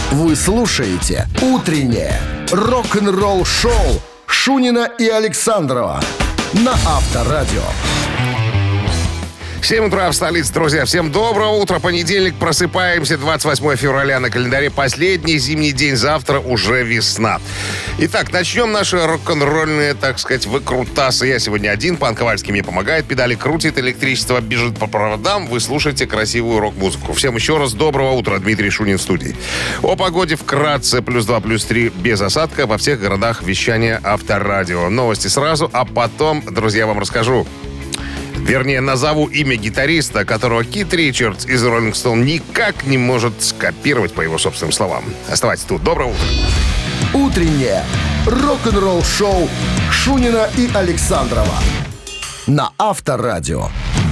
Вы слушаете «Утреннее рок-н-ролл-шоу» Шунина и Александрова на Авторадио. 7 утра в столице, друзья. Всем доброго утра. Понедельник, просыпаемся. 28 февраля на календаре. Последний зимний день. Завтра уже весна. Итак, начнем наши рок-н-ролльные, так сказать, выкрутасы. Я сегодня один. Пан Ковальский мне помогает. Педали крутит, электричество бежит по проводам. Вы слушаете красивую рок-музыку. Всем еще раз доброго утра. Дмитрий Шунин в студии. О погоде вкратце. +2, +3 без осадка во всех городах вещания Авторадио. Новости сразу, а потом, друзья, вам расскажу. Вернее, назову имя гитариста, которого Кит Ричардс из Rolling Stone никак не может скопировать, по его собственным словам. Оставайтесь тут. Доброе утро. Утреннее рок-н-ролл-шоу Шунина и Александрова на Авторадио.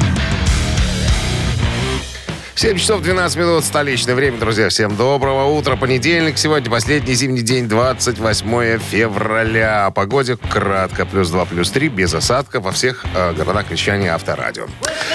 7 часов 12 минут, столичное время, друзья. Всем доброго утра. Понедельник сегодня, последний зимний день, 28 февраля. О погоде кратко. +2, +3, без осадка во всех городах вещания Авторадио.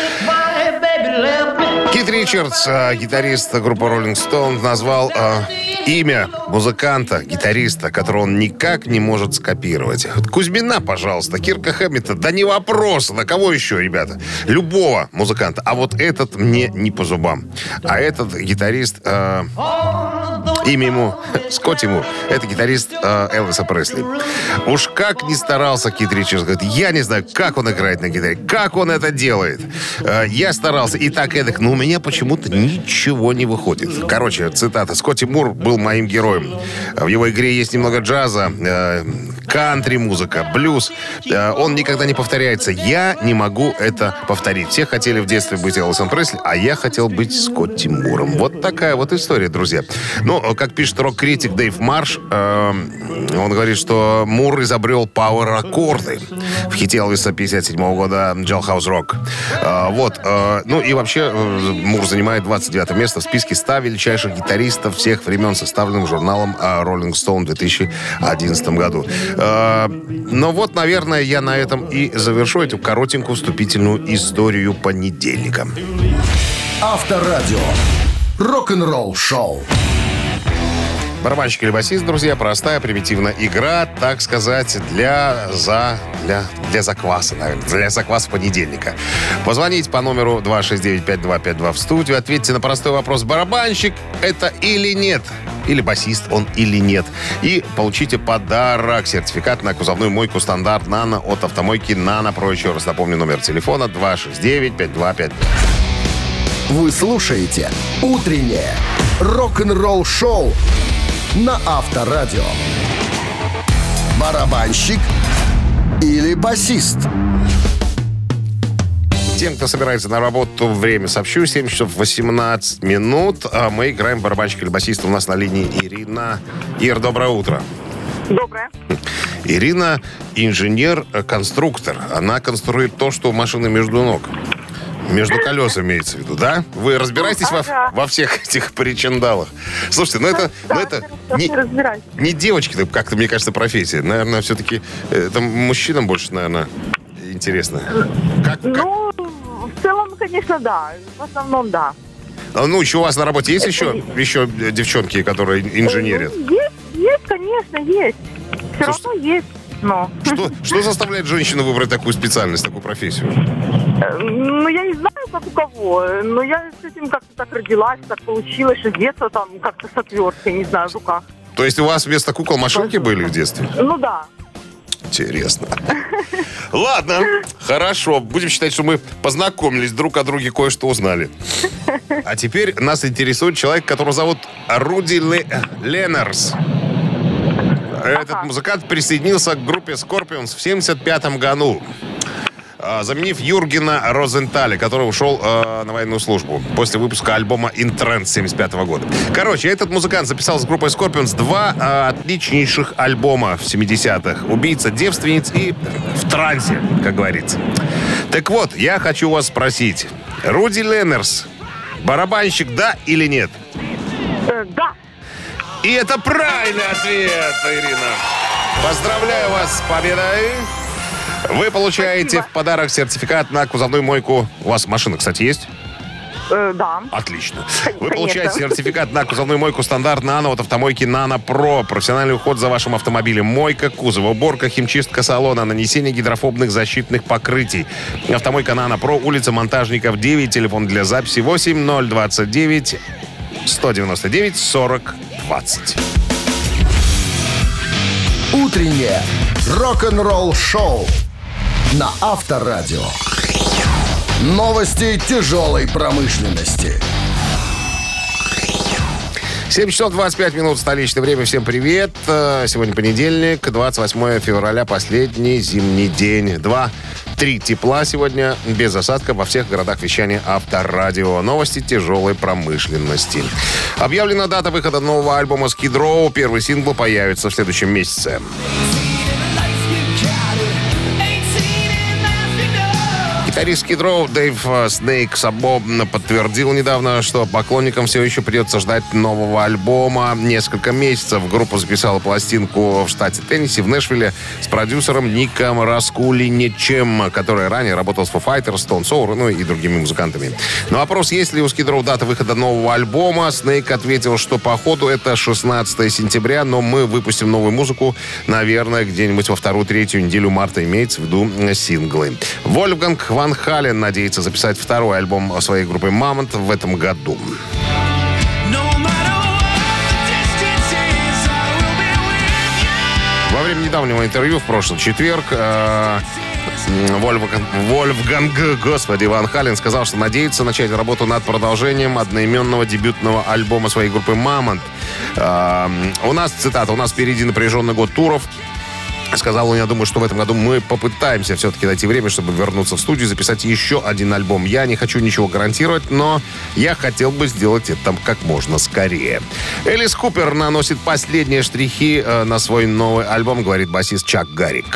Кит Ричардс, гитарист группы Rolling Stone, назвал имя музыканта, гитариста, которого он никак не может скопировать. Кузьмина, пожалуйста, Кирка Хэммета, да не вопрос. На кого еще, ребята? Любого музыканта. А вот этот мне не по зубам. А этот гитарист, имя ему, Скотти Мур, это гитарист Элвиса Пресли. Уж как ни старался Кит Ричардс, говорит, я не знаю, как он играет на гитаре, как он это делает. Я старался и так эдак, но у меня почему-то ничего не выходит. Короче, цитата. Скотти Мур был моим героем. В его игре есть немного джаза, кантри-музыка, блюз. Он никогда не повторяется. Я не могу это повторить. Все хотели в детстве быть Элвисом Пресли, а я хотел быть Скотти Муром. Вот такая вот история, друзья. Ну, как пишет рок-критик Дэйв Марш, он говорит, что Мур изобрел пауэр-аккорды в хите Элвиса 57 года «Jailhouse Rock». Вот. Ну и вообще Мур занимает 29 место в списке 100 величайших гитаристов всех времен, составленным журналом Rolling Stone в 2011 году. Но вот, наверное, я на этом и завершу эту коротенькую вступительную историю понедельника. Авторадио. Рок-н-ролл-шоу. Барабанщик или басист, друзья, простая, примитивная игра, так сказать, для закваса, наверное, для закваса понедельника. Позвоните по номеру 269-5252 в студию, ответьте на простой вопрос: барабанщик это или нет? Или басист он или нет? И получите подарок. Сертификат на кузовную мойку «Стандарт Нано» от автомойки «Нано Про». Еще раз напомню, номер телефона 269-5252. Вы слушаете «Утреннее рок-н-ролл-шоу» на Авторадио. Барабанщик или басист? Тем, кто собирается на работу, время сообщу. 7 часов 18 минут. А мы играем барабанщик или басист. У нас на линии Ирина. Ир, доброе утро. Доброе. Ирина инженер-конструктор. Она конструирует то, что у машины между ног. Между колес имеется в виду, да? Вы разбираетесь во всех этих причиндалах? Слушайте, это не девочки, как-то, мне кажется, профессия. Наверное, все-таки это мужчинам больше, наверное, интересно. Ну, в целом, конечно, да. В основном, да. Ну, еще у вас на работе есть еще девчонки, которые инженерят? Есть, конечно, есть. Все равно есть. Но. Что заставляет женщину выбрать такую специальность, такую профессию? Ну, я не знаю, как у кого. Но я с этим как-то так родилась, так получилось, что с детства там как-то с отверткой, не знаю, в руках. То есть у вас вместо кукол машинки были в детстве? Ну, да. Интересно. Ладно, хорошо. Будем считать, что мы познакомились, друг о друге кое-что узнали. А теперь нас интересует человек, которого зовут Руди Леннерс. Этот музыкант присоединился к группе Scorpions в 1975 году, заменив Юргена Розенталя, который ушел на военную службу после выпуска альбома «In Trance» 1975 года. Короче, этот музыкант записал с группой Scorpions 2 отличнейших альбома в 70-х. «Убийца девственниц» и «В трансе», как говорится. Так вот, я хочу вас спросить. Руди Леннерс барабанщик, да или нет? Да. И это правильный ответ, Ирина. Поздравляю вас с победой. Вы получаете в подарок сертификат на кузовную мойку. У вас машина, кстати, есть? Да. Отлично. Конечно. Вы получаете сертификат на кузовную мойку стандарт «Нано» от автомойки «Нано Про». Профессиональный уход за вашим автомобилем. Мойка кузова, уборка, химчистка салона, нанесение гидрофобных защитных покрытий. Автомойка «Нано Про», улица Монтажников, 9. Телефон для записи 8029 199 40 20. Утреннее рок-н-ролл-шоу на Авторадио. Новости тяжелой промышленности. 7 часов 25 минут, столичное время. Всем привет. Сегодня понедельник, 28 февраля, последний зимний день. 2-3 тепла сегодня, без осадков во всех городах вещания Авторадио. Новости тяжелой промышленности. Объявлена дата выхода нового альбома Skid Row. Первый сингл появится в следующем месяце. Гитарист Skid Row Дэйв Снейк Сабо подтвердил недавно, что поклонникам все еще придется ждать нового альбома несколько месяцев. Группа записала пластинку в штате Теннесси, в Нэшвилле, с продюсером Ником Раскулиничем, который ранее работал с Foo Fighters, Stone Sour, и другими музыкантами. На вопрос, есть ли у Skid Row дата выхода нового альбома, Снейк ответил, что по ходу это 16 сентября, но мы выпустим новую музыку, наверное, где-нибудь во 2-3 неделю марта, имеется в виду синглы. Вольфганг Ван Хален надеется записать второй альбом своей группы «Мамонт» в этом году. Во время недавнего интервью в прошлый четверг Вольфганг Ван Хален сказал, что надеется начать работу над продолжением одноименного дебютного альбома своей группы «Мамонт». У нас, цитата, «у нас впереди напряженный год туров». Сказал он, я думаю, что в этом году мы попытаемся все-таки найти время, чтобы вернуться в студию и записать еще один альбом. Я не хочу ничего гарантировать, но я хотел бы сделать это как можно скорее. Элис Купер наносит последние штрихи на свой новый альбом, говорит басист Чак Гаррик.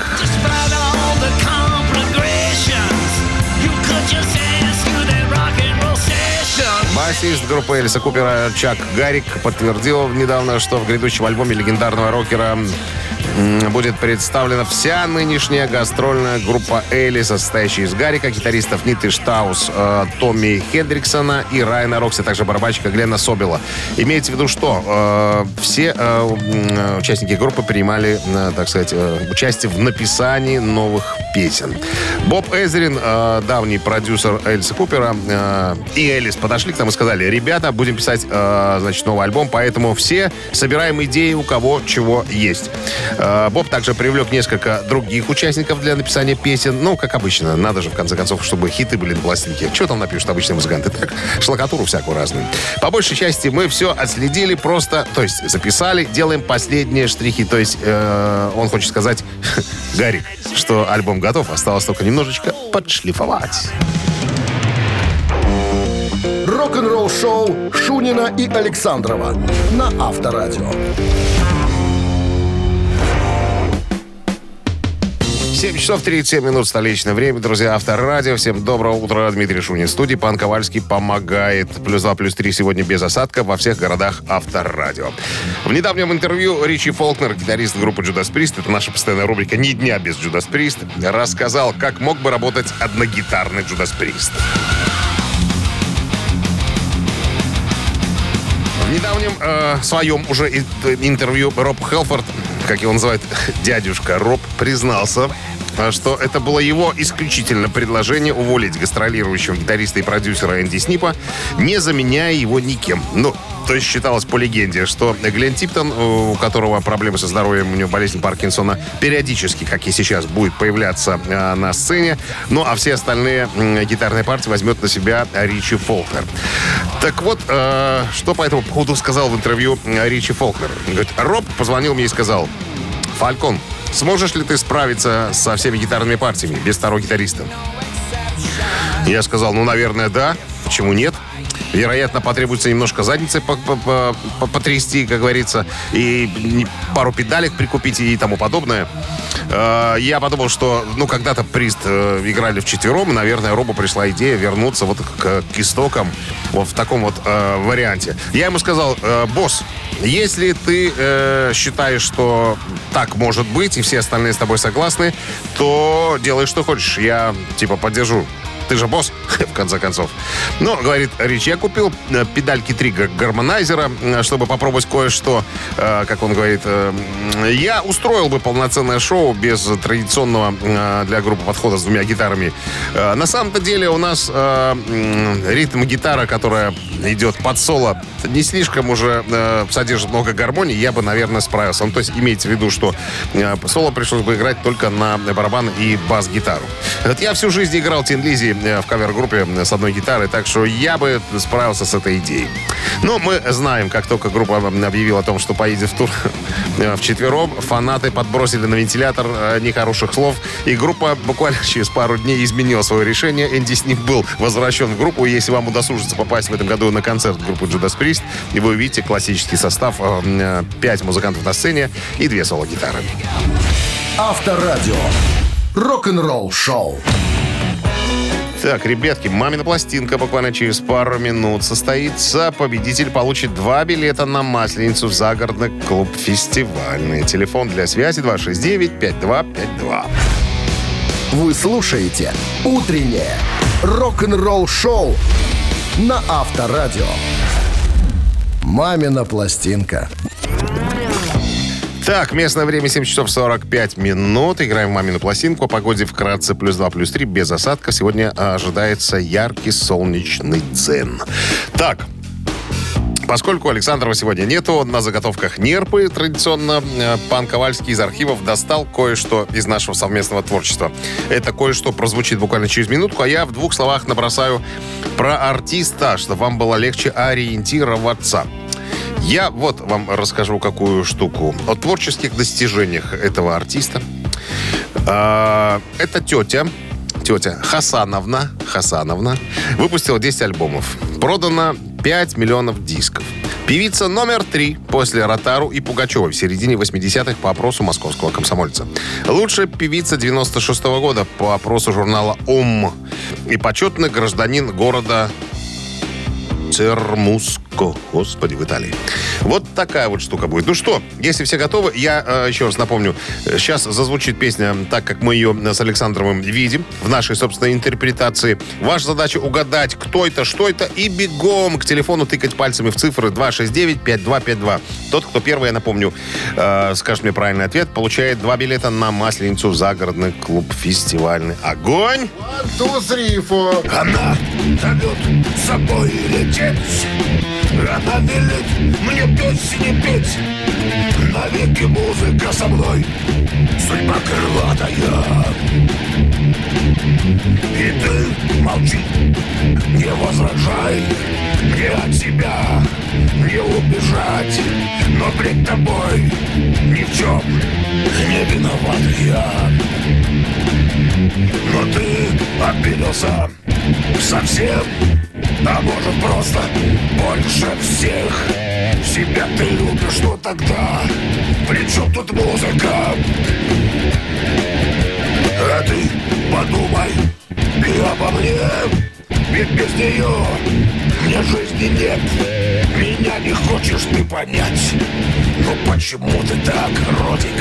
Басист группы Элиса Купера Чак Гаррик подтвердил недавно, что в грядущем альбоме легендарного рокера будет представлена вся нынешняя гастрольная группа Элиса, состоящая из Гаррика, гитаристов Ниты Штаус, Томми Хендриксона и Райана Рокси, также барабанщика Глена Собила. Имеется в виду, что все участники группы принимали, так сказать, участие в написании новых песен. Боб Эзрин, давний продюсер Элиса Купера, и Элис подошли к нам и сказали: ребята, будем писать, значит, новый альбом, поэтому все собираем идеи, у кого чего есть. Боб также привлек несколько других участников для написания песен. Ну, как обычно, надо же, в конце концов, чтобы хиты были на пластинке. Что там напишут обычные музыканты? Так, шлакатуру всякую разную. По большей части мы все отследили просто, то есть записали, делаем последние штрихи. То есть он хочет сказать, Гарик, что альбом готов, осталось только немножечко подшлифовать. Рок-н-ролл-шоу Шунина и Александрова на Авторадио. 7 часов 37 минут, столичное время. Друзья, Авторадио. Всем доброго утра. Дмитрий Шунин в студии. Пан Ковальский помогает. +2, +3 сегодня без осадков во всех городах Авторадио. В недавнем интервью Ричи Фолкнер, гитарист группы Judas Priest, это наша постоянная рубрика «Ни дня без Judas Priest», рассказал, как мог бы работать одногитарный Judas Priest. В недавнем своем уже интервью Роб Хелфорд, как его называют, дядюшка Роб, признался, что это было его исключительно предложение уволить гастролирующего гитариста и продюсера Энди Снипа, не заменяя его никем. Ну, то есть считалось по легенде, что Глен Типтон, у которого проблемы со здоровьем, у него болезнь Паркинсона, периодически, как и сейчас, будет появляться на сцене. Ну, а все остальные гитарные партии возьмет на себя Ричи Фолкнер. Так вот, что по этому поводу сказал в интервью Ричи Фолкнер. Говорит, Роб позвонил мне и сказал: «Фалькон, сможешь ли ты справиться со всеми гитарными партиями без второго гитариста?» Я сказал, наверное, да. Почему нет? Вероятно, потребуется немножко задницей потрясти, как говорится, и пару педалек прикупить и тому подобное. Я подумал, что, когда-то Прист играли вчетвером, и, наверное, Робу пришла идея вернуться вот к истокам вот в таком вот варианте. Я ему сказал: босс, если ты считаешь, что так может быть, и все остальные с тобой согласны, то делай, что хочешь. Я, поддержу Ты же босс, в конце концов. Но, говорит Рич, я купил педальки 3 гармонайзера, чтобы попробовать кое-что. Как он говорит, я устроил бы полноценное шоу без традиционного для группы подхода с 2 гитарами. На самом-то деле у нас ритм-гитара, которая идет под соло, не слишком уже содержит много гармоний. Я бы, наверное, справился. Ну, то есть имейте в виду, что соло пришлось бы играть только на барабан и бас-гитару. Вот я всю жизнь играл Тин Лизи в кавер-группе с одной гитарой, так что я бы справился с этой идеей. Но мы знаем, как только группа объявила о том, что поедет в тур вчетвером, фанаты подбросили на вентилятор нехороших слов, и группа буквально через пару дней изменила свое решение. Энди Сниф был возвращен в группу. Если вам удосужится попасть в этом году на концерт группы Judas Priest, и вы увидите классический состав, 5 музыкантов на сцене и 2 соло-гитары. Авторадио. Рок-н-ролл шоу. Так, ребятки, «Мамина пластинка» буквально через пару минут состоится. Победитель получит 2 билета на Масленицу в загородный клуб «Фестивальный». Телефон для связи 269-5252. Вы слушаете «Утреннее рок-н-ролл-шоу» на Авторадио. «Мамина пластинка». Так, местное время 7 часов 45 минут. Играем в «Мамину пластинку». О погоде вкратце +2, +3, без осадков. Сегодня ожидается яркий солнечный дзен. Так, поскольку Александрова сегодня нету, на заготовках нерпы традиционно, пан Ковальский из архивов достал кое-что из нашего совместного творчества. Это кое-что прозвучит буквально через минутку, а я в 2 словах набросаю про артиста, чтобы вам было легче ориентироваться. Я вот вам расскажу какую штуку о творческих достижениях этого артиста. Это тетя Хасановна выпустила 10 альбомов. Продано 5 миллионов дисков. Певица номер 3 после Ротару и Пугачевой в середине 80-х по опросу московского комсомольца. Лучшая певица 96-го года по опросу журнала «Ом». И почетный гражданин города Цермуско, господи, в Италии. Вот такая вот штука будет. Ну что, если все готовы, я еще раз напомню, сейчас зазвучит песня так, как мы ее с Александровым видим, в нашей собственной интерпретации. Ваша задача угадать, кто это, что это, и бегом к телефону тыкать пальцами в цифры 269-5252. Тот, кто первый, я напомню, скажет мне правильный ответ, получает 2 билета на Масленицу в загородный клуб «Фестивальный». Огонь! 1, 2, 3, 4. Она зовет с собой лететь. Она велит мне петь и не петь. Навеки музыка со мной, судьба крылатая. И ты молчи, не возражай. Мне от тебя не убежать. Но пред тобой ни в чем не виноват я. Но ты обиделся совсем, а может просто больше всех. Себя ты любишь, но тогда при чем тут музыка? А ты подумай и обо мне, ведь без нее мне жизни нет. Меня не хочешь ты понять, но почему ты так, Родик?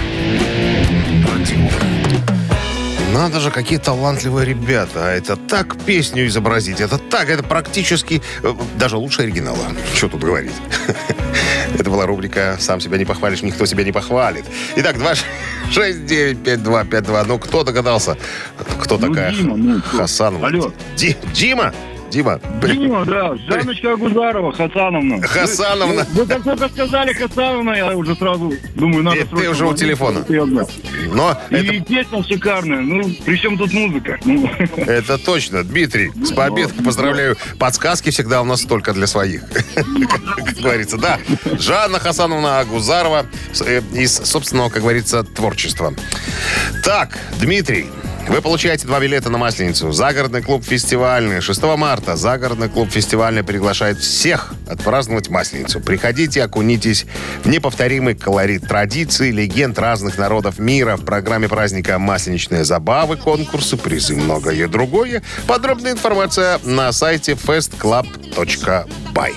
Надо же, какие талантливые ребята. А это так песню изобразить. Это практически даже лучше оригинала. Что тут говорить? Это была рубрика «Сам себя не похвалишь, никто себя не похвалит». Итак, 269-5252. Ну, кто догадался? Кто такая Хасанова? Алло. Дима, да. Жанночка Агузарова, Хасановна. Вы как только сказали Хасановна, я уже сразу думаю, надо... Ты уже у телефона. Но и песня шикарная. Ну, при чем тут музыка? Это точно. Дмитрий, с победой поздравляю. Подсказки всегда у нас только для своих. Как говорится, да. Жанна Хасановна Агузарова из собственного, как говорится, творчества. Так, Дмитрий, вы получаете 2 билета на Масленицу. Загородный клуб «Фестивальный». 6 марта загородный клуб «Фестивальный» приглашает всех отпраздновать Масленицу. Приходите, окунитесь в неповторимый колорит традиций, легенд разных народов мира. В программе праздника масленичные забавы, конкурсы, призы, многое другое. Подробная информация на сайте festclub.by.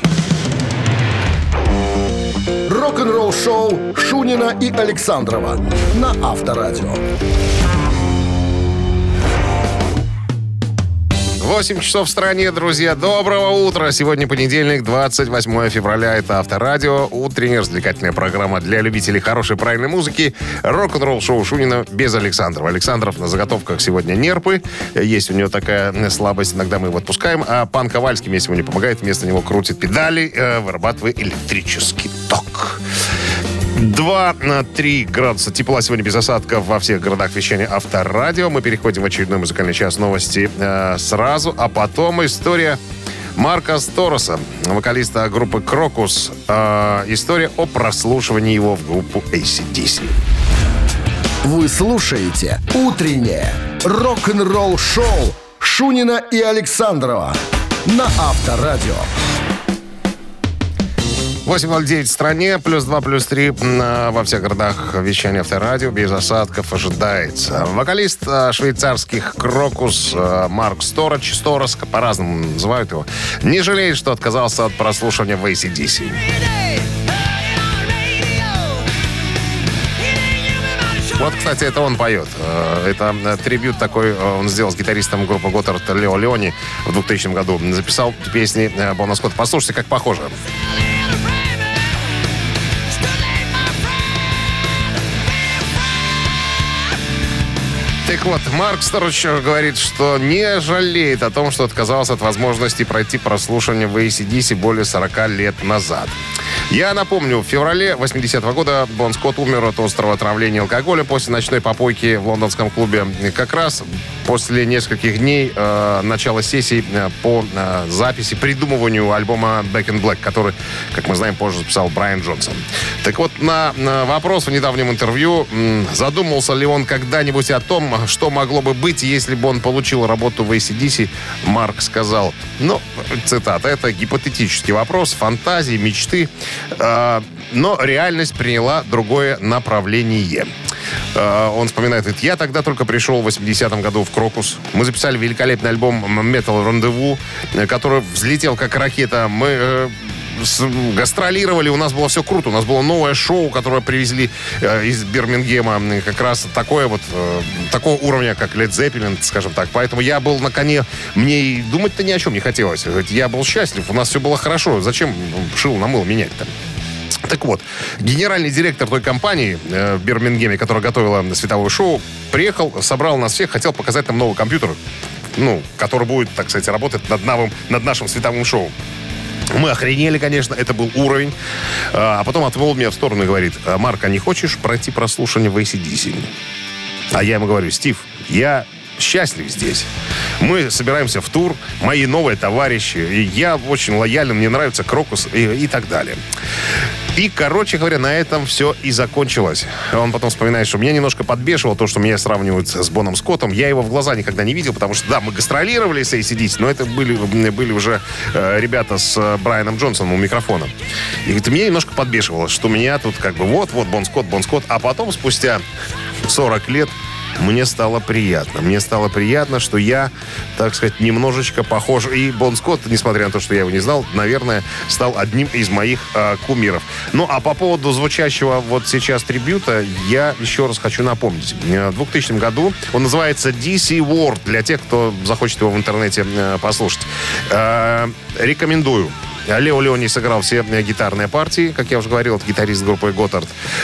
Рок-н-ролл-шоу Шунина и Александрова на Авторадио. 8 часов в стране, друзья. Доброго утра. Сегодня понедельник, 28 февраля. Это Авторадио. Утренняя развлекательная программа для любителей хорошей правильной музыки. Рок-н-ролл шоу Шунина без Александрова. Александров на заготовках сегодня нерпы. Есть у него такая слабость. Иногда мы его отпускаем. А пан Ковальский мне сегодня помогает. Вместо него крутит педали, вырабатывая электрический ток. 2-3 градуса тепла сегодня без осадков во всех городах вещания Авторадио. Мы переходим в очередной музыкальный час новости сразу, а потом история Марка Стороса, вокалиста группы «Крокус». История о прослушивании его в группу AC/DC. Вы слушаете «Утреннее рок-н-ролл-шоу» Шунина и Александрова на Авторадио. 8:09 в стране, +2, +3 во всех городах вещания Авторадио. Без осадков ожидается. Вокалист швейцарских «Крокус» Марк Сторос, по-разному называют его, не жалеет, что отказался от прослушивания в AC/DC. Вот, кстати, это он поет. Это трибют такой он сделал с гитаристом группы Готард Лео Леони в 2000 году. Записал песни Бона Скотта. Послушайте, как похоже. Так вот, Марк Сторос говорит, что не жалеет о том, что отказался от возможности пройти прослушивание в AC/DC более 40 лет назад. Я напомню, в феврале 80-го года Бон Скотт умер от острого отравления алкоголем после ночной попойки в лондонском клубе. Как раз после нескольких дней начала сессий по записи, придумыванию альбома Back in Black, который, как мы знаем, позже записал Брайан Джонсон. Так вот, на вопрос в недавнем интервью, задумался ли он когда-нибудь о том, что могло бы быть, если бы он получил работу в AC/DC, Марк сказал, цитата, это гипотетический вопрос, фантазии, мечты, но реальность приняла другое направление. Он вспоминает, говорит, я тогда только пришел в 80-м году в «Крокус». Мы записали великолепный альбом «Metal Rendezvous», который взлетел как ракета. Мы гастролировали, у нас было все круто. У нас было новое шоу, которое привезли из Бирмингема. Как раз такого уровня, как Led Zeppelin, скажем так. Поэтому я был на коне. Мне и думать-то ни о чем не хотелось. Я был счастлив, у нас все было хорошо. Зачем шил на мыло менять-то? Так вот, генеральный директор той компании в Бирмингеме, которая готовила световое шоу, приехал, собрал нас всех, хотел показать нам новый компьютер, который будет, так сказать, работать над нашим световым шоу. Мы охренели, конечно, это был уровень. А потом отвел меня в сторону и говорит, Марк, а не хочешь пройти прослушивание в AC/DC? А я ему говорю, Стив, я счастлив здесь. Мы собираемся в тур, мои новые товарищи, и я очень лоялен, мне нравится «Крокус» и так далее. И, короче говоря, на этом все и закончилось. Он потом вспоминает, что меня немножко подбешивало то, что меня сравнивают с Боном Скоттом. Я его в глаза никогда не видел, потому что, да, мы гастролировали с AC/DC, но это были уже ребята с Брайаном Джонсоном у микрофона. И говорит, меня немножко подбешивало, что меня тут как бы вот Бон Скотт. А потом, спустя 40 лет, мне стало приятно. Мне стало приятно, что я, так сказать, немножечко похож. И Бон Скотт, несмотря на то, что я его не знал, наверное, стал одним из моих кумиров. А по поводу звучащего вот сейчас трибюта, я еще раз хочу напомнить. В 2000 году он называется DC World, для тех, кто захочет его в интернете послушать. Рекомендую. Лео Леони сыграл все гитарные партии, как я уже говорил, это гитарист группы Готард.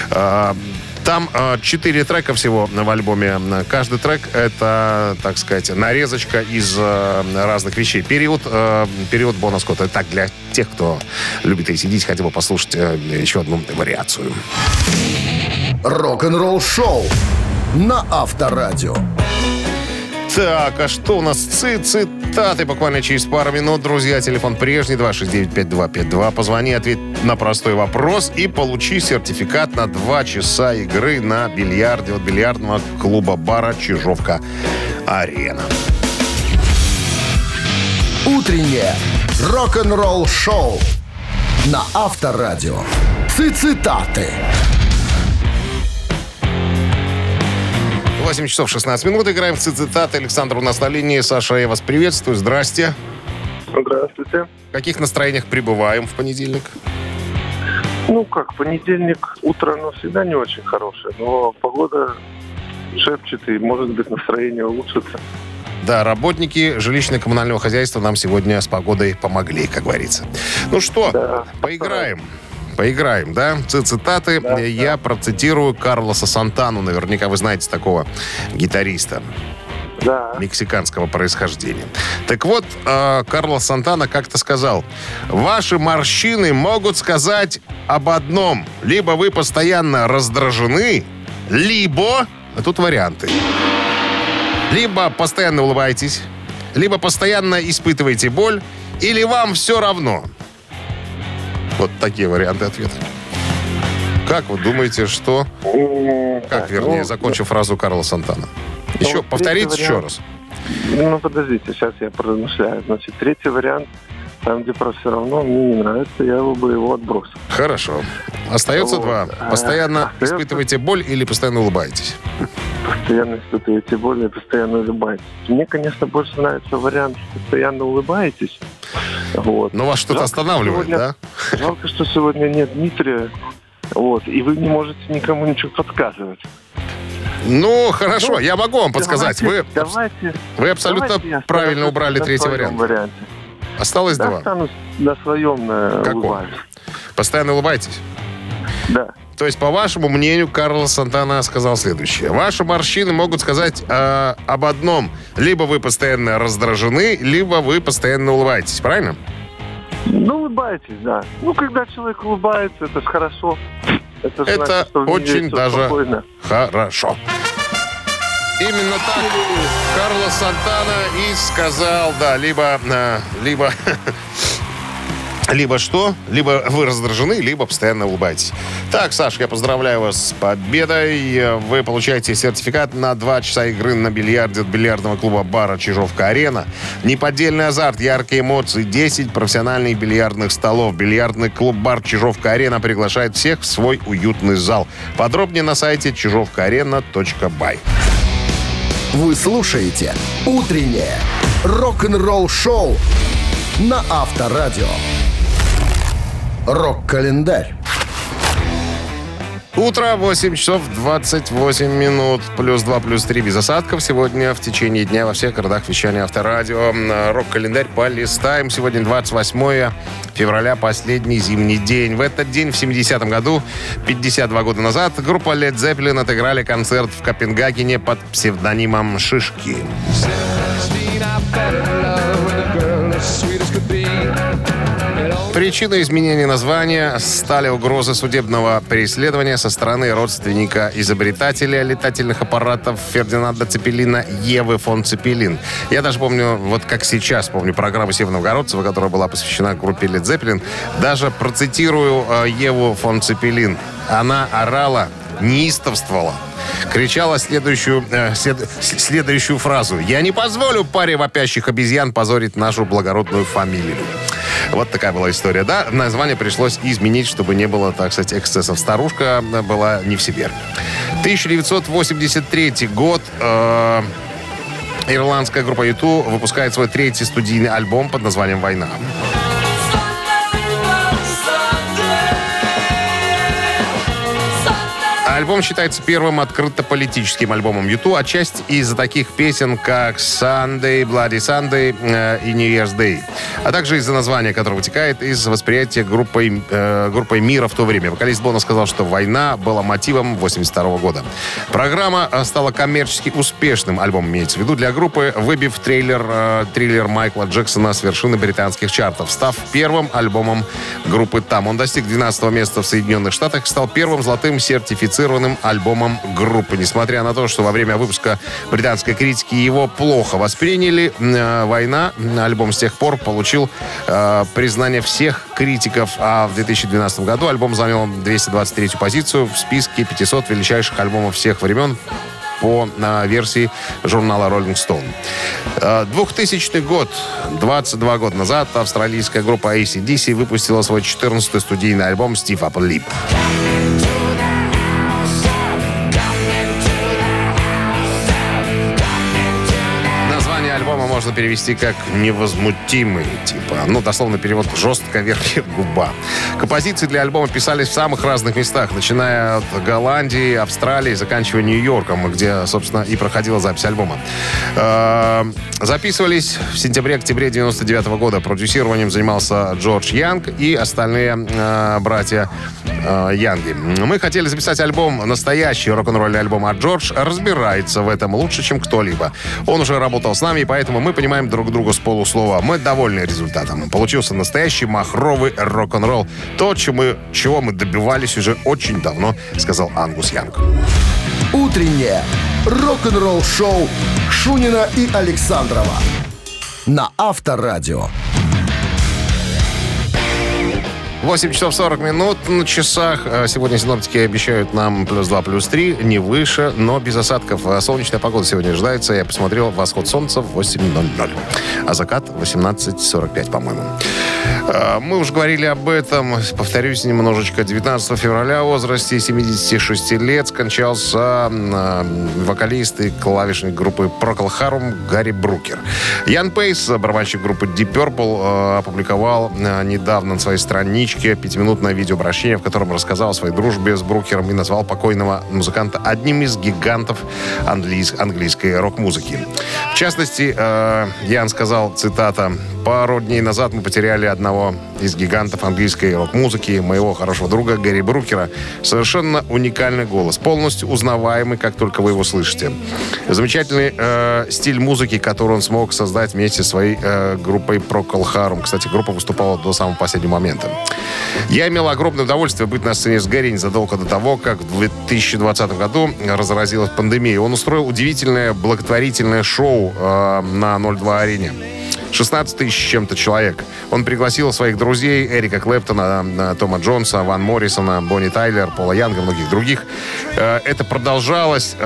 Там 4 трека всего в альбоме. Каждый трек — это, так сказать, нарезочка из разных вещей. Период Бона Скотта. Это так, для тех, кто любит AC/DC, хотел бы послушать еще одну вариацию. Рок-н-ролл шоу на Авторадио. Так, а что у нас? Цитаты буквально через пару минут. Друзья, телефон прежний, 269-5252. Позвони, ответь на простой вопрос и получи сертификат на 2 часа игры на бильярде от бильярдного клуба-бара «Чижовка-Арена». Утреннее рок-н-ролл шоу на Авторадио. Цитаты. 8 часов 16 минут. Играем в цитаты. Александр у нас на линии. Саша, я вас приветствую. Здрасте. Здравствуйте. В каких настроениях пребываем в понедельник? Понедельник, утро, всегда не очень хорошее, но погода шепчет, и, может быть, настроение улучшится. Да, работники жилищно-коммунального хозяйства нам сегодня с погодой помогли, как говорится. Ну что, поиграем. Поиграем, да? Цитаты. Я процитирую Карлоса Сантану. Наверняка вы знаете такого гитариста. Да. Мексиканского происхождения. Так вот, Карлос Сантана как-то сказал: ваши морщины могут сказать об одном. Либо вы постоянно раздражены, либо... А тут варианты. Либо постоянно улыбаетесь, либо постоянно испытываете боль, или вам все равно. Вот такие варианты ответа. Как вы думаете, что... Как, вернее, закончив фразу Карла Сантана. Еще повторите еще раз. Ну, подождите, сейчас я поразмышляю. Значит, третий вариант, там, где про все равно, мне не нравится, я бы его отбросил. Хорошо. Остается Вот. два. Постоянно испытываете боль или постоянно улыбаетесь? Постоянно испытываете боль и постоянно улыбаетесь. Мне, конечно, больше нравится вариант, что постоянно улыбаетесь. Вот. Но вас что-то останавливает, сегодня, да? Жалко, что сегодня нет Дмитрия. Вот, и вы не можете никому ничего подсказывать. Ну, хорошо, я могу вам подсказать. Вы абсолютно давайте правильно убрали третий вариант. Варианте. Осталось Да, два. останусь на своем Каком? улыбаюсь. Постоянно улыбаетесь? Да. То есть, по вашему мнению, Карлос Сантана сказал следующее. Ваши морщины могут сказать об одном. Либо вы постоянно раздражены, либо вы постоянно улыбаетесь. Правильно? Ну, улыбаетесь, да. Ну, когда человек улыбается, это же хорошо. Это значит, что в мире очень всё даже спокойно. хорошо. Именно так Карлос Сантана и сказал, да, либо что? Либо вы раздражены, либо постоянно улыбаетесь. Так, Саш, я поздравляю вас с победой. Вы получаете сертификат на 2 часа игры на бильярде от бильярдного клуба бара «Чижовка-арена». Неподдельный азарт, яркие эмоции, 10 профессиональных бильярдных столов. Бильярдный клуб бар «Чижовка-арена» приглашает всех в свой уютный зал. Подробнее на сайте чижовкаарена.бай. Вы слушаете «Утреннее рок-н-ролл-шоу» на Авторадио. Рок-календарь. Утро, 8 часов 28 минут. Плюс 2, плюс 3 без осадков. Сегодня в течение дня во всех городах вещания Авторадио. Рок-календарь полистаем. Сегодня 28 февраля, последний зимний день. В этот день, в 70-м году, 52 года назад, группа Led Zeppelin отыграли концерт в Копенгагене под псевдонимом «Шишки». Причиной изменения названия стали угрозы судебного преследования со стороны родственника изобретателя летательных аппаратов Фердинанда Цепелина Евы фон Цепелин. Я даже помню, вот как сейчас помню программу Сева Новгородцева, которая была посвящена группе Led Zeppelin. Даже процитирую Еву фон Цепелин. Она орала, неистовствовала, кричала следующую фразу: «Я не позволю паре вопящих обезьян позорить нашу благородную фамилию». Вот такая была история. Да, название пришлось изменить, чтобы не было, так сказать, эксцессов. Старушка была не в себе. 1983 год. Ирландская группа U2 выпускает свой 3-й студийный альбом под названием «Война». Альбом считается первым открыто политическим альбомом U2, отчасти из-за таких песен, как «Sunday», «Bloody Sunday» и «New Year's Day», а также из-за названия, которое вытекает из восприятия группой мира в то время. Вокалист Боно сказал, что «Война» была мотивом 1982 года. Программа стала коммерчески успешным альбомом, имеется в виду, для группы, выбив триллер Майкла Джексона с вершины британских чартов, став первым альбомом группы там. Он достиг 12-го места в Соединенных Штатах и стал первым золотым сертифицированным альбомом группы. Несмотря на то, что во время выпуска британской критики его плохо восприняли, «Война», альбом с тех пор получил признание всех критиков, а в 2012 году альбом занял 223-ю позицию в списке 500 величайших альбомов всех времен по версии журнала Rolling Stone. 2000 год, 22 года назад, австралийская группа AC/DC выпустила свой 14-й студийный альбом «Stiff Upper Lip». можно перевести как «невозмутимый», типа. Ну, дословно перевод «жестко верхняя губа». Композиции для альбома писались в самых разных местах, начиная от Голландии, Австралии, заканчивая Нью-Йорком, где, собственно, и проходила запись альбома. Записывались в сентябре-октябре 99 года. Продюсированием занимался Джордж Янг и остальные братья Янги. Мы хотели записать альбом, настоящий рок-н-ролльный альбом, а Джордж разбирается в этом лучше, чем кто-либо. Он уже работал с нами, и поэтому мы понимаем друг друга с полуслова. Мы довольны результатом. Получился настоящий махровый рок-н-ролл. То, чего мы добивались уже очень давно, сказал Ангус Янг. Утреннее рок-н-ролл-шоу Шунина и Александрова на Авторадио. 8 часов 40 минут на часах. Сегодня синоптики обещают нам +2, +3, не выше, но без осадков. Солнечная погода сегодня ожидается. Я посмотрел, восход солнца в 8:00, а закат в 18:45, по-моему. Мы уже говорили об этом. Повторюсь немножечко. 19 февраля в возрасте 76 лет скончался вокалист и клавишник группы Procol Harum Гарри Брукер. Ян Пейс, барабанщик группы Deep Purple, опубликовал недавно на своей страничке 5-минутное видеообращение, в котором рассказал о своей дружбе с Брукером и назвал покойного музыканта одним из гигантов английской рок-музыки. В частности, Ян сказал, цитата: «Пару дней назад мы потеряли одного из гигантов английской рок-музыки, моего хорошего друга Гарри Брукера. Совершенно уникальный голос, полностью узнаваемый, как только вы его слышите. Замечательный стиль музыки, который он смог создать вместе со своей группой Procol Harum». Кстати, группа выступала до самого последнего момента. «Я имел огромное удовольствие быть на сцене с Гарри незадолго до того, как в 2020 году разразилась пандемия. Он устроил удивительное благотворительное шоу на 02-арене. 16 тысяч с чем-то человек. Он пригласил своих друзей Эрика Клэптона, Тома Джонса, Ван Моррисона, Бонни Тайлер, Пола Янга и многих других. Это продолжалось...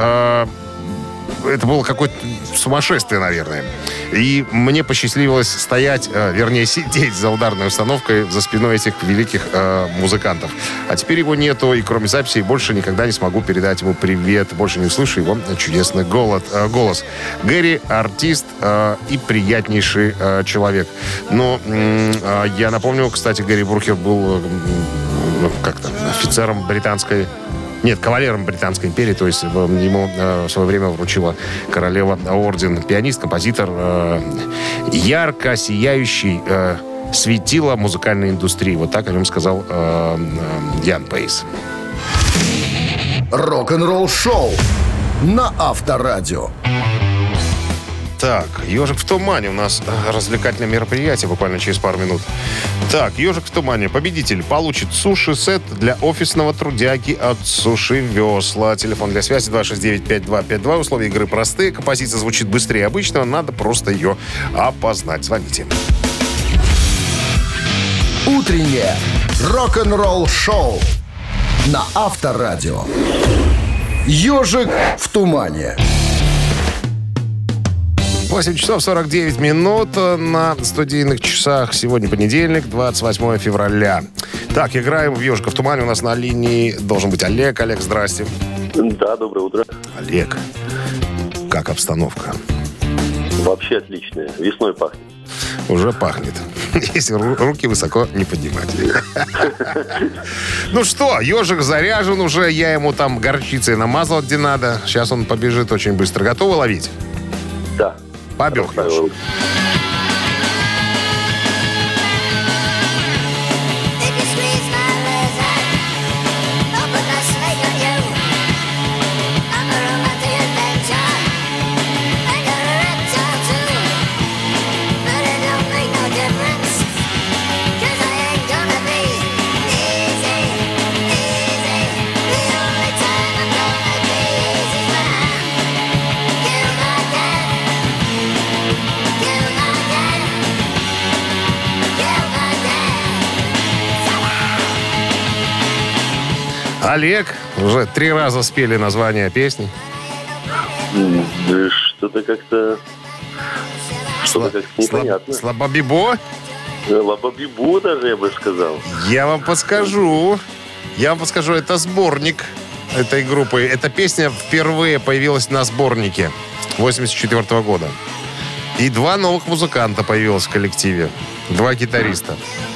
Это было какое-то сумасшествие, наверное. И мне посчастливилось сидеть за ударной установкой за спиной этих великих музыкантов. А теперь его нету, и кроме записей больше никогда не смогу передать ему привет. Больше не услышу его чудесный голос. Гэри — артист и приятнейший человек. Но я напомню, кстати, Гарри Брукер был офицером британской... Нет, кавалером Британской империи, то есть ему в свое время вручила королева орден. Пианист, композитор, ярко сияющий светило музыкальной индустрии. Вот так о нем сказал Ян Пейс. Рок-н-ролл шоу на Авторадио. Так, «Ежик в тумане». У нас развлекательное мероприятие буквально через пару минут. Так, «Ежик в тумане». Победитель получит суши-сет для офисного трудяги от «Суши Весла». Телефон для связи 269-5252. Условия игры простые. Композиция звучит быстрее обычного. Надо просто ее опознать. Звоните. Утреннее рок-н-ролл шоу на Авторадио. «Ежик в тумане». 8 часов 49 минут на студийных часах. Сегодня понедельник, 28 февраля. Так, играем в «Ежика в тумане». У нас на линии должен быть Олег. Олег, здрасте. Да, доброе утро. Олег, как обстановка? Вообще отличная. Весной пахнет. Уже пахнет. Если руки высоко не поднимать. Ну что, ежик заряжен уже. Я ему там горчицей намазал, где надо. Сейчас он побежит очень быстро. Готовы ловить? Да. Побег, ежик. Олег, уже 3 раза спели название песни. Да что-то как-то непонятно. Слабобибо? Лабабибу даже, я бы сказал. Я вам подскажу, это сборник этой группы. Эта песня впервые появилась на сборнике 1984 года. И 2 новых музыканта появилось в коллективе. 2 гитариста.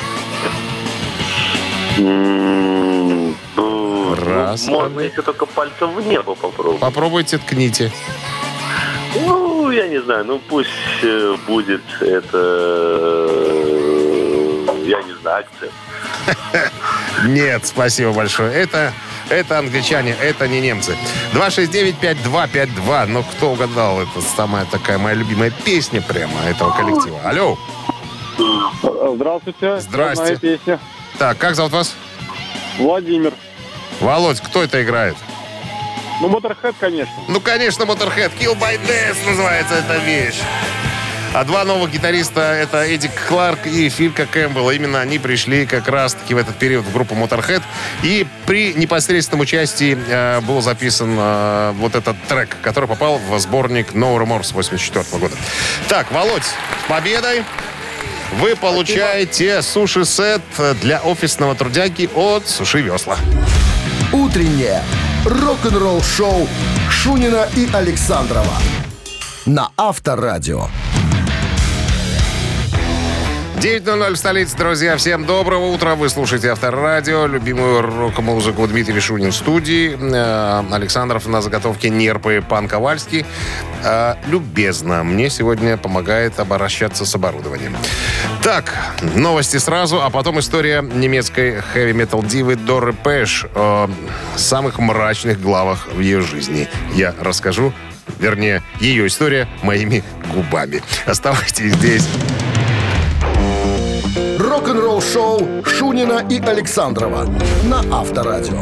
Раз. Можно еще только пальцем в небо попробовать. Попробуйте, ткните. Ну, я не знаю, ну пусть будет это, я не знаю, акцент. Нет, спасибо большое. Это англичане, это не немцы. 269-5252. Но кто угадал? Это самая такая моя любимая песня прямо этого коллектива. Алло. Здравствуйте. Здрасте. Моя песня. Так, как зовут вас? Владимир. Володь, кто это играет? Ну, Motorhead, конечно. Ну, конечно, Motorhead. Kill by Death называется эта вещь. А 2 новых гитариста — это Эдди Кларк и Филька Кэмпбелл. Именно они пришли как раз-таки в этот период в группу Motorhead. И при непосредственном участии был записан вот этот трек, который попал в сборник No Remorse 1984 года. Так, Володь, с победой! Вы получаете суши-сет для офисного трудяги от Суши Весла. Утреннее рок-н-ролл-шоу Шунина и Александрова на Авторадио. 9:00 в столице, друзья. Всем доброго утра. Вы слушаете Авторадио. Любимую рок-музыку Дмитрий Шунин в студии. Александров на заготовке нерпы Пан Ковальский. Любезно мне сегодня помогает обращаться с оборудованием. Так, новости сразу, а потом история немецкой хэви-метал дивы Доры Пэш о самых мрачных главах в ее жизни. Я расскажу, вернее, ее история моими губами. Оставайтесь здесь. Рок-н-ролл-шоу Шунина и Александрова на Авторадио.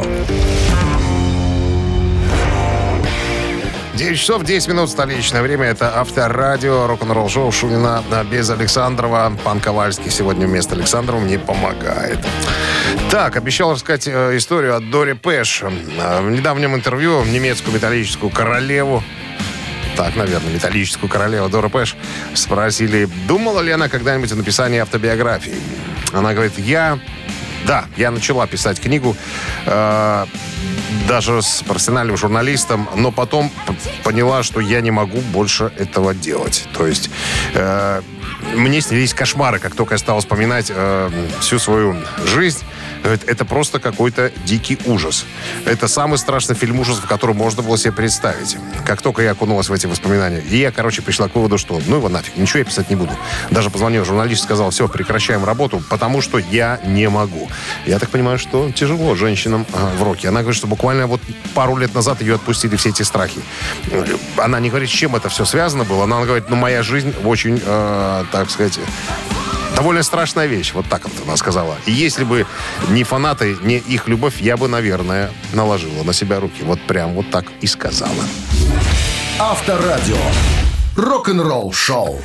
9 часов 10 минут столичное время. Это Авторадио, рок-н-ролл шоу Шунина без Александрова. Пан Ковальский сегодня вместо Александрова мне помогает. Так, обещал рассказать историю о Доре Пэш. В недавнем интервью немецкую металлическую королеву, так, наверное, металлическую королеву Дору Пэш спросили, думала ли она когда-нибудь о написании автобиографии. Она говорит, я начала писать книгу, даже с профессиональным журналистом, но потом поняла, что я не могу больше этого делать. То есть мне снились кошмары, как только я стал вспоминать всю свою жизнь. Это просто какой-то дикий ужас. Это самый страшный фильм ужасов, который можно было себе представить. Как только я окунулась в эти воспоминания. И я, пришла к выводу, что ну его нафиг, ничего я писать не буду. Даже позвонил журналист, сказал, все, прекращаем работу, потому что я не могу. Я так понимаю, что тяжело женщинам в роке. Она говорит, что буквально вот пару лет назад ее отпустили все эти страхи. Она не говорит, с чем это все связано было, но она говорит, моя жизнь очень, так сказать, довольно страшная вещь. Вот так вот она сказала. И если бы не фанаты, не их любовь, я бы, наверное, наложила на себя руки. Вот прям вот так и сказала. Авторадио. Рок-н-ролл шоу.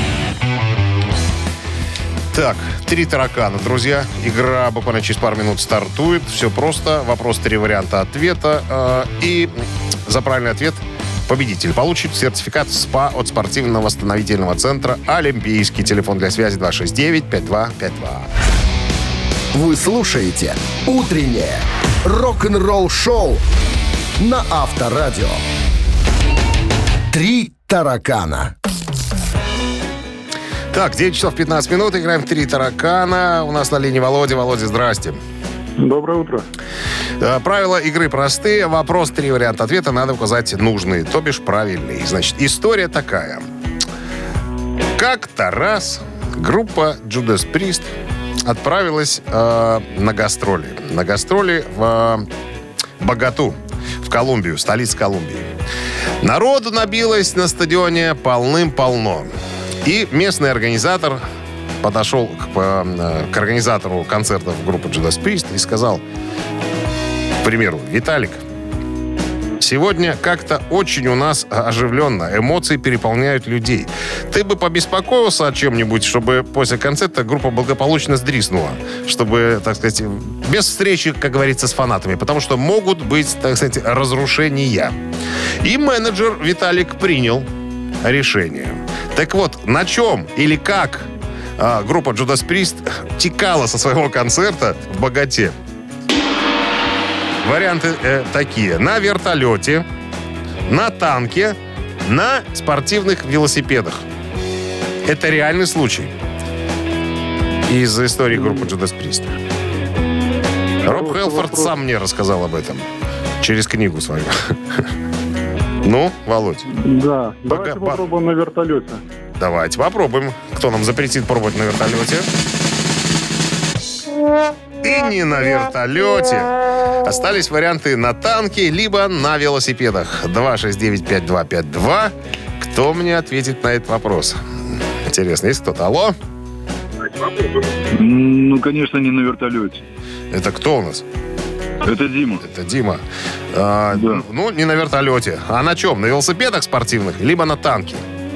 Так, 3 таракана, друзья. Игра буквально через пару минут стартует. Все просто. Вопрос, 3 варианта ответа. И за правильный ответ победитель получит сертификат СПА от спортивно-восстановительного центра «Олимпийский». Телефон для связи 269-5252. Вы слушаете «Утреннее рок-н-ролл-шоу» на Авторадио. 3 таракана. Так, 9 часов 15 минут. Играем в 3 таракана. У нас на линии Володя. Володя, здрасте. Доброе утро. Правила игры простые. Вопрос, 3 варианта ответа. Надо указать нужные, то бишь правильные. Значит, история такая. Как-то раз группа Judas Priest отправилась на гастроли. На гастроли в Боготу, в Колумбию, столицу Колумбии. Народу набилось на стадионе полным-полно. И местный организатор подошел к организатору концертов группы Judas Priest и сказал, к примеру, Виталик, сегодня как-то очень у нас оживленно, эмоции переполняют людей. Ты бы побеспокоился о чем-нибудь, чтобы после концерта группа благополучно сдриснула, чтобы, так сказать, без встречи, как говорится, с фанатами, потому что могут быть, так сказать, разрушения. И менеджер Виталик принял решение. Так вот, на чем или как группа Judas Priest текала со своего концерта в Боготе? Варианты такие. На вертолете, на танке, на спортивных велосипедах. Это реальный случай. Из истории группы Judas Priest. Роб Хелфорд сам мне рассказал об этом. Через книгу свою. Ну, Володь? Да, давайте попробуем на вертолете. Давайте попробуем. Кто нам запретит пробовать на вертолете? И не на вертолете. Остались варианты на танке, либо на велосипедах. 269-5252. Кто мне ответит на этот вопрос? Интересно, есть кто-то? Алло? Ну, конечно, не на вертолете. Это кто у нас? Это Дима. Это Дима. Да. Ну, не на вертолете. А на чем? На велосипедах спортивных, либо на танке?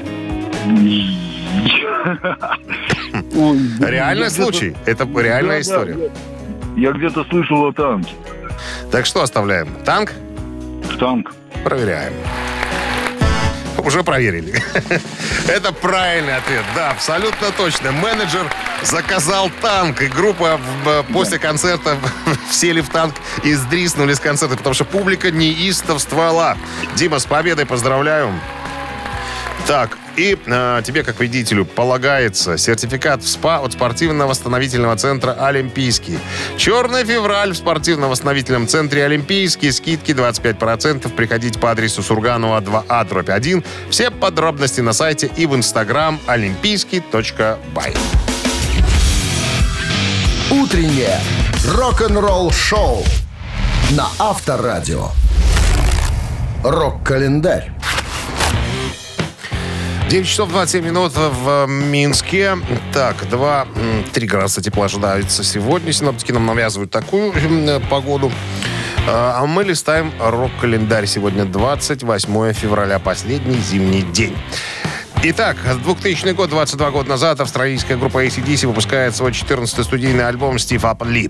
Реальный случай. Это реальная история. Я где-то слышал о танке. Так что оставляем? Танк? Танк. Проверяем. Уже проверили. Это правильный ответ. Да, абсолютно точно. Менеджер заказал танк, и группа после концерта сели в танк и сдриснули с концерта, потому что публика неистовствовала. Дима, с победой поздравляю. Так, и тебе, как победителю, полагается сертификат в СПА от спортивно-восстановительного центра «Олимпийский». «Черный февраль» в спортивно-восстановительном центре «Олимпийский». Скидки 25%. Приходите по адресу Сурганова 2А/1. Все подробности на сайте и в инстаграм олимпийский.бай. Утреннее рок-н-ролл-шоу на Авторадио. Рок-календарь. 9 часов 27 минут в Минске. Так, 3 градуса тепла ожидается сегодня. Синоптики нам навязывают такую погоду. А мы листаем рок-календарь. Сегодня 28 февраля, последний зимний день. Итак, 2000 год, 22 года назад, австралийская группа AC/DC выпускает свой 14-й студийный альбом «Stiff Upper Lip».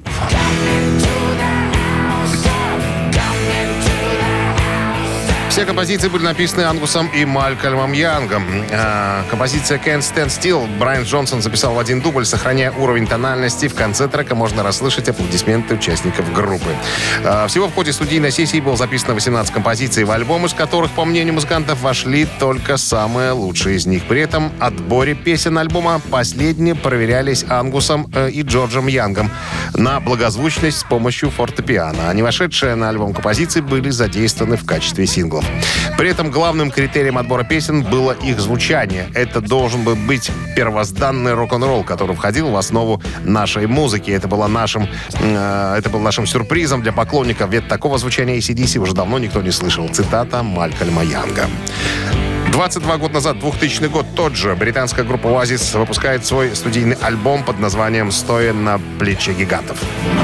Все композиции были написаны Ангусом и Малькольмом Янгом. Композиция «Can't Stand Still» Брайан Джонсон записал в один дубль, сохраняя уровень тональности. В конце трека можно расслышать аплодисменты участников группы. Всего в ходе студийной сессии было записано 18 композиций в альбом, из которых, по мнению музыкантов, вошли только самые лучшие из них. При этом отборе песен альбома последние проверялись Ангусом и Джорджем Янгом на благозвучность с помощью фортепиано. А не вошедшие на альбом композиции были задействованы в качестве синглов. При этом главным критерием отбора песен было их звучание. Это должен был быть первозданный рок-н-ролл, который входил в основу нашей музыки. Это был нашим сюрпризом для поклонников, ведь такого звучания AC/DC уже давно никто не слышал. Цитата Малькольма Янга. 22 года назад, 2000 год, тот же британская группа Oasis выпускает свой студийный альбом под названием «Стоя на плече гигантов».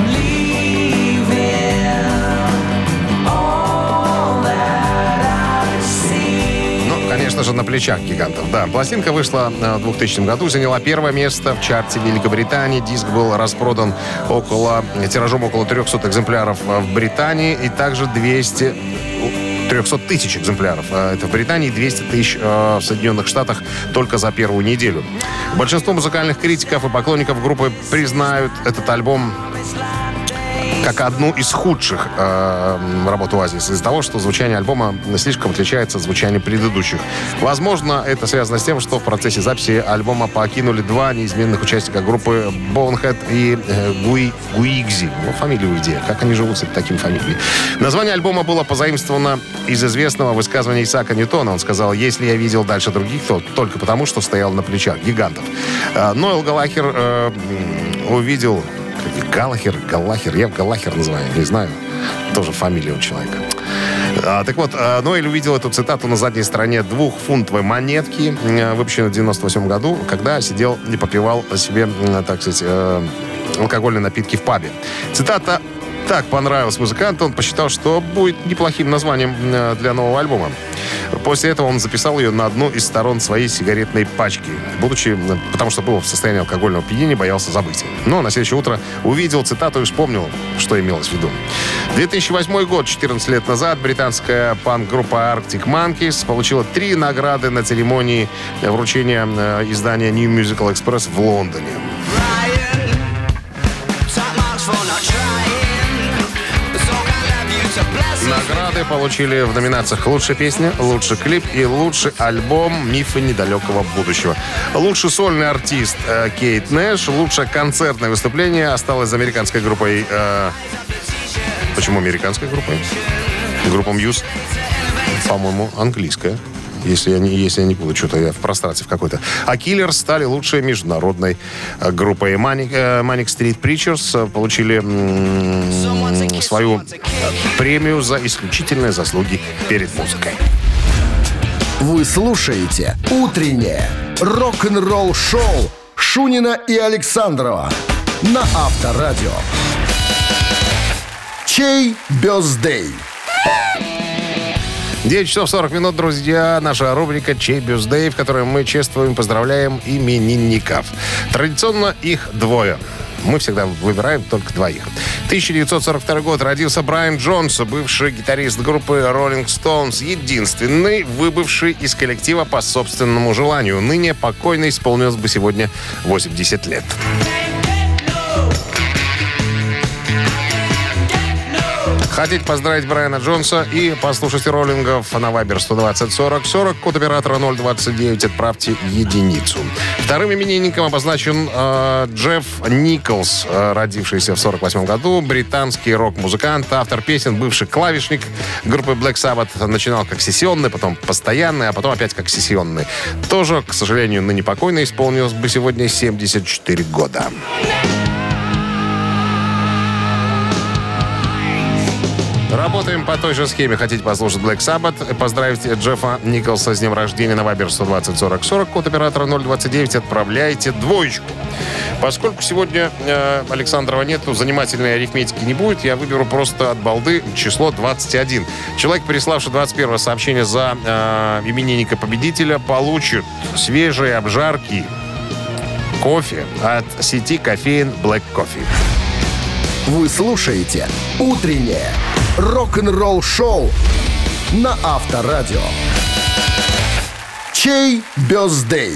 Конечно же, на плечах гигантов. Да, пластинка вышла в 2000 году, заняла первое место в чарте Великобритании. Диск был распродан тиражом около 300 экземпляров в Британии и также 300 тысяч экземпляров. Это в Британии, 200 тысяч в Соединенных Штатах только за первую неделю. Большинство музыкальных критиков и поклонников группы признают этот альбом как одну из худших работ Oasis из-за того, что звучание альбома слишком отличается от звучания предыдущих. Возможно, это связано с тем, что в процессе записи альбома покинули два неизменных участника группы Bonehead и Guigzi. Ну, фамилия уйди. Как они живут с такими фамилиями? Название альбома было позаимствовано из известного высказывания Исаака Ньютона. Он сказал: «Если я видел дальше других, то только потому, что стоял на плечах гигантов». Ноэл Галлахер увидел... Галлахер, я Галлахер называю, не знаю. Тоже фамилия у человека. Так вот, Ноэль увидел эту цитату на задней стороне 2-фунтовой монетки, выпущенной в 1998 году, когда сидел и попивал себе, так сказать, алкогольные напитки в пабе. Цитата так понравилась музыканту, он посчитал, что будет неплохим названием для нового альбома. После этого он записал ее на одну из сторон своей сигаретной пачки, потому что был в состоянии алкогольного опьянения, боялся забыть. Но на следующее утро увидел цитату и вспомнил, что имелось в виду. 2008 год, 14 лет назад, британская панк-группа Arctic Monkeys получила 3 награды на церемонии вручения издания New Musical Express в Лондоне. На Награды получили в номинациях «Лучшая песня», «Лучший клип» и «Лучший альбом. Мифы недалекого будущего». Лучший сольный артист Кейт Нэш. Лучшее концертное выступление осталось за американской группой... Почему американской группой? Группа Muse. По-моему, английская. Если я не буду, что-то я в прострации в какой-то. А Killers стали лучшей международной группой. Manic Street Preachers получили свою премию за исключительные заслуги перед музыкой. Вы слушаете «Утреннее рок-н-ролл-шоу» Шунина и Александрова на Авторадио. Чей бёздей? 9 часов 40 минут, друзья. Наша рубрика «Чей бюздей», в которой мы чествуем, поздравляем именинников. Традиционно их двое. Мы всегда выбираем только двоих. 1942 год. Родился Брайан Джонс, бывший гитарист группы Rolling Stones, единственный выбывший из коллектива по собственному желанию. Ныне покойный, исполнилось бы сегодня 80 лет. Хотите поздравить Брайана Джонса и послушать роллингов на Viber 120 40 40, код оператора 029, отправьте единицу. Вторым именинником обозначен Джефф Николс, родившийся в 1948 году, британский рок-музыкант, автор песен, бывший клавишник группы Black Sabbath. Начинал как сессионный, потом постоянный, а потом опять как сессионный. Тоже, к сожалению, ныне покойный, исполнилось бы сегодня 74 года. Работаем по той же схеме. Хотите послушать Black Sabbath? Поздравить Джеффа Николса с днем рождения на Viber 120 40 40, код оператора 029, отправляйте двоечку. Поскольку сегодня Александрова нету, занимательной арифметики не будет, я выберу просто от балды число 21. Человек, приславший 21 сообщение за именинника победителя, получит свежие обжарки кофе от сети кофеин Black Coffee. Вы слушаете «Утреннее рок-н-ролл-шоу» на Авторадио. Чей бёздей?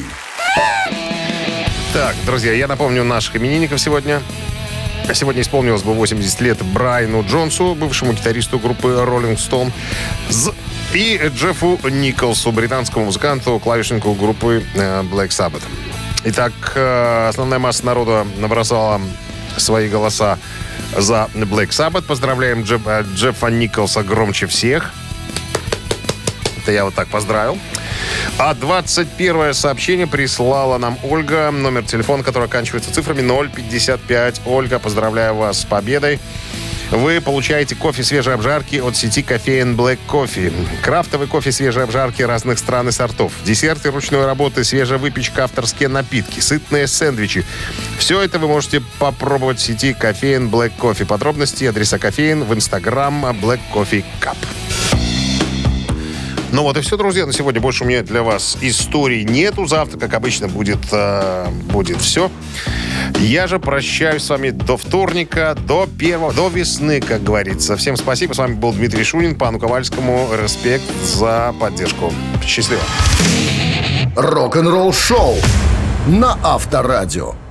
Так, друзья, я напомню наших именинников сегодня. Сегодня исполнилось бы 80 лет Брайану Джонсу, бывшему гитаристу группы Rolling Stone, и Джеффу Николсу, британскому музыканту, клавишнику группы Black Sabbath. Итак, основная масса народа набросала свои голоса за Black Sabbath. Поздравляем Джеффа Николса громче всех. Это я вот так поздравил. А 21 сообщение прислала нам Ольга. Номер телефона, который оканчивается цифрами 055. Ольга, поздравляю вас с победой. Вы получаете кофе свежей обжарки от сети кофеин Black Coffee. Крафтовый кофе свежей обжарки разных стран и сортов. Десерты ручной работы, свежая выпечка, авторские напитки, сытные сэндвичи. Все это вы можете попробовать в сети кофеин Black Coffee. Подробности и адреса кофеин в Instagram Black Coffee Cup. Ну вот и все, друзья, на сегодня. Больше у меня для вас историй нету. Завтра, как обычно, будет все. Я же прощаюсь с вами до вторника, до весны, как говорится. Всем спасибо. С вами был Дмитрий Шунин. Пану Ковальскому респект за поддержку. Счастливо. Рок-н-ролл шоу на Авторадио.